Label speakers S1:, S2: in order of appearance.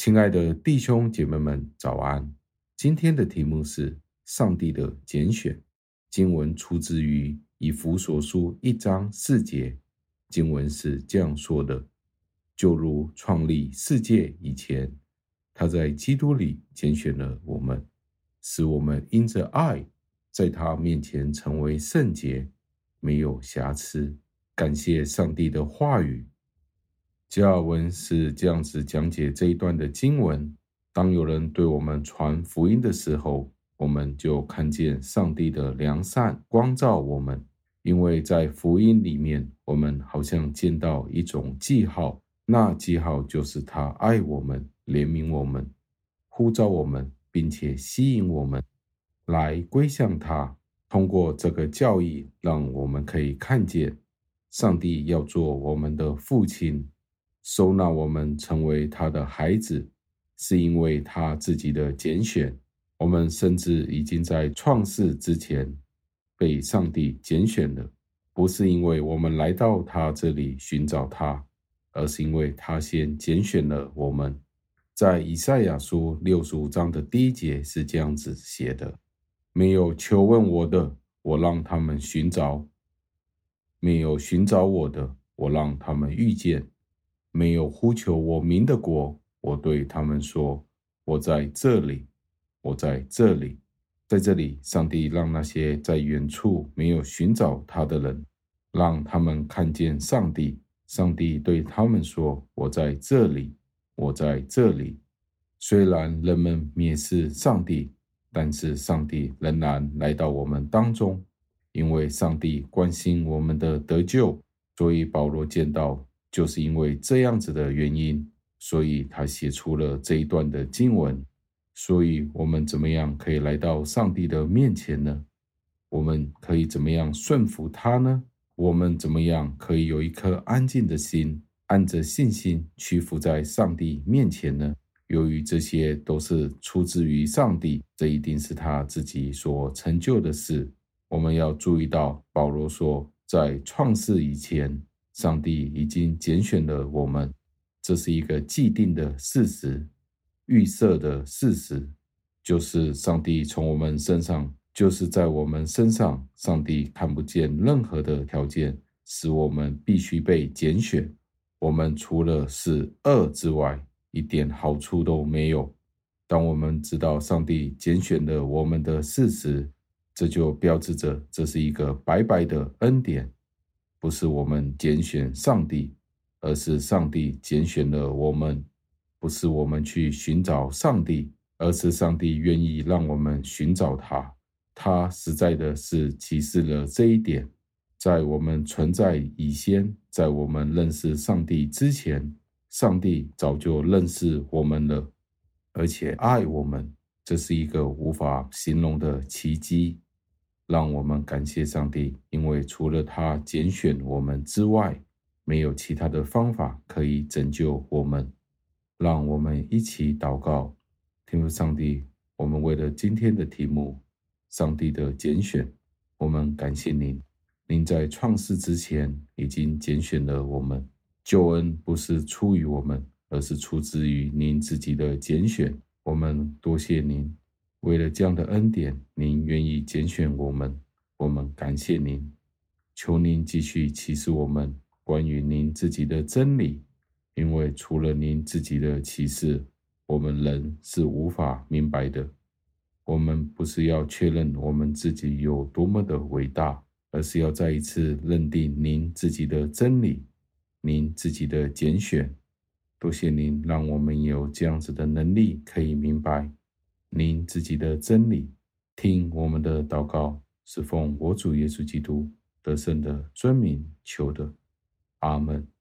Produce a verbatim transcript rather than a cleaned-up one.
S1: 亲爱的弟兄姐妹们，早安！今天的题目是上帝的拣选。经文出自于以弗所书一章四节，经文是这样说的：就如创立世界以前，他在基督里拣选了我们，使我们因着爱，在他面前成为圣洁，没有瑕疵。感谢上帝的话语。加尔文是这样子讲解这一段的经文：当有人对我们传福音的时候，我们就看见上帝的良善光照我们，因为在福音里面，我们好像见到一种记号，那记号就是他爱我们，怜悯我们，呼召我们，并且吸引我们来归向他。通过这个教义，让我们可以看见上帝要做我们的父亲，收纳我们成为他的孩子，是因为他自己的拣选。我们甚至已经在创世之前被上帝拣选了，不是因为我们来到他这里寻找他，而是因为他先拣选了我们。在以赛亚书六十五章的第一节是这样子写的：没有求问我的，我让他们寻找；没有寻找我的，我让他们遇见；没有呼求我名的国，我对他们说：我在这里，我在这里。在这里，上帝让那些在远处没有寻找他的人，让他们看见上帝。上帝对他们说：我在这里，我在这里。虽然人们蔑视上帝，但是上帝仍然来到我们当中，因为上帝关心我们的得救。所以保罗见到，就是因为这样子的原因，所以他写出了这一段的经文。所以我们怎么样可以来到上帝的面前呢？我们可以怎么样顺服他呢？我们怎么样可以有一颗安静的心，按着信心屈服在上帝面前呢？由于这些都是出自于上帝，这一定是他自己所成就的事。我们要注意到，保罗说，在创世以前，上帝已经拣选了我们，这是一个既定的事实，预设的事实，就是上帝从我们身上，就是在我们身上，上帝看不见任何的条件，使我们必须被拣选。我们除了是恶之外，一点好处都没有。当我们知道上帝拣选了我们的事实，这就标志着这是一个白白的恩典，不是我们拣选上帝，而是上帝拣选了我们。不是我们去寻找上帝，而是上帝愿意让我们寻找他。他实在的是启示了这一点。在我们存在以先，在我们认识上帝之前，上帝早就认识我们了，而且爱我们。这是一个无法形容的奇迹。让我们感谢上帝，因为除了他拣选我们之外，没有其他的方法可以拯救我们。让我们一起祷告。天父上帝，我们为了今天的题目，上帝的拣选，我们感谢您。您在创世之前已经拣选了我们。救恩不是出于我们，而是出自于您自己的拣选。我们多谢您，为了这样的恩典，您愿意拣选我们，我们感谢您。求您继续启示我们关于您自己的真理，因为除了您自己的启示，我们人是无法明白的。我们不是要确认我们自己有多么的伟大，而是要再一次认定您自己的真理，您自己的拣选。多谢您让我们有这样子的能力，可以明白您自己的真理。听我们的祷告，是奉我主耶稣基督得胜的尊名求的。阿们。